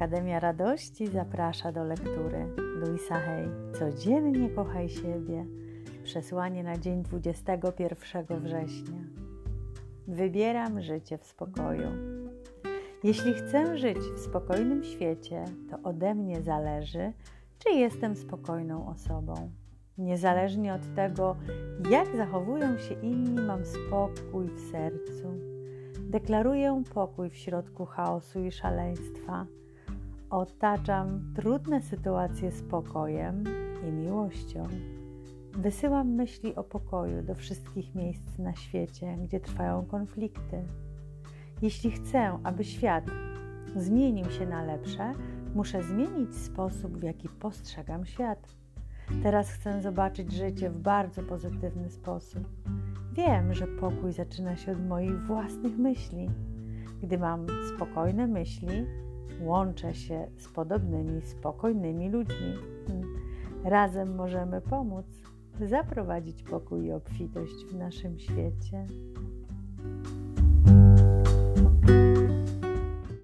Akademia Radości zaprasza do lektury. Louisa Hay. Codziennie kochaj siebie. Przesłanie na dzień 21 września. Wybieram życie w spokoju. Jeśli chcę żyć w spokojnym świecie, to ode mnie zależy, czy jestem spokojną osobą. Niezależnie od tego, jak zachowują się inni, mam spokój w sercu. Deklaruję pokój w środku chaosu i szaleństwa. Otaczam trudne sytuacje spokojem i miłością. Wysyłam myśli o pokoju do wszystkich miejsc na świecie, gdzie trwają konflikty. Jeśli chcę, aby świat zmienił się na lepsze, muszę zmienić sposób, w jaki postrzegam świat. Teraz chcę zobaczyć życie w bardzo pozytywny sposób. Wiem, że pokój zaczyna się od moich własnych myśli. Gdy mam spokojne myśli, łączę się z podobnymi, spokojnymi ludźmi. Razem możemy pomóc zaprowadzić pokój i obfitość w naszym świecie.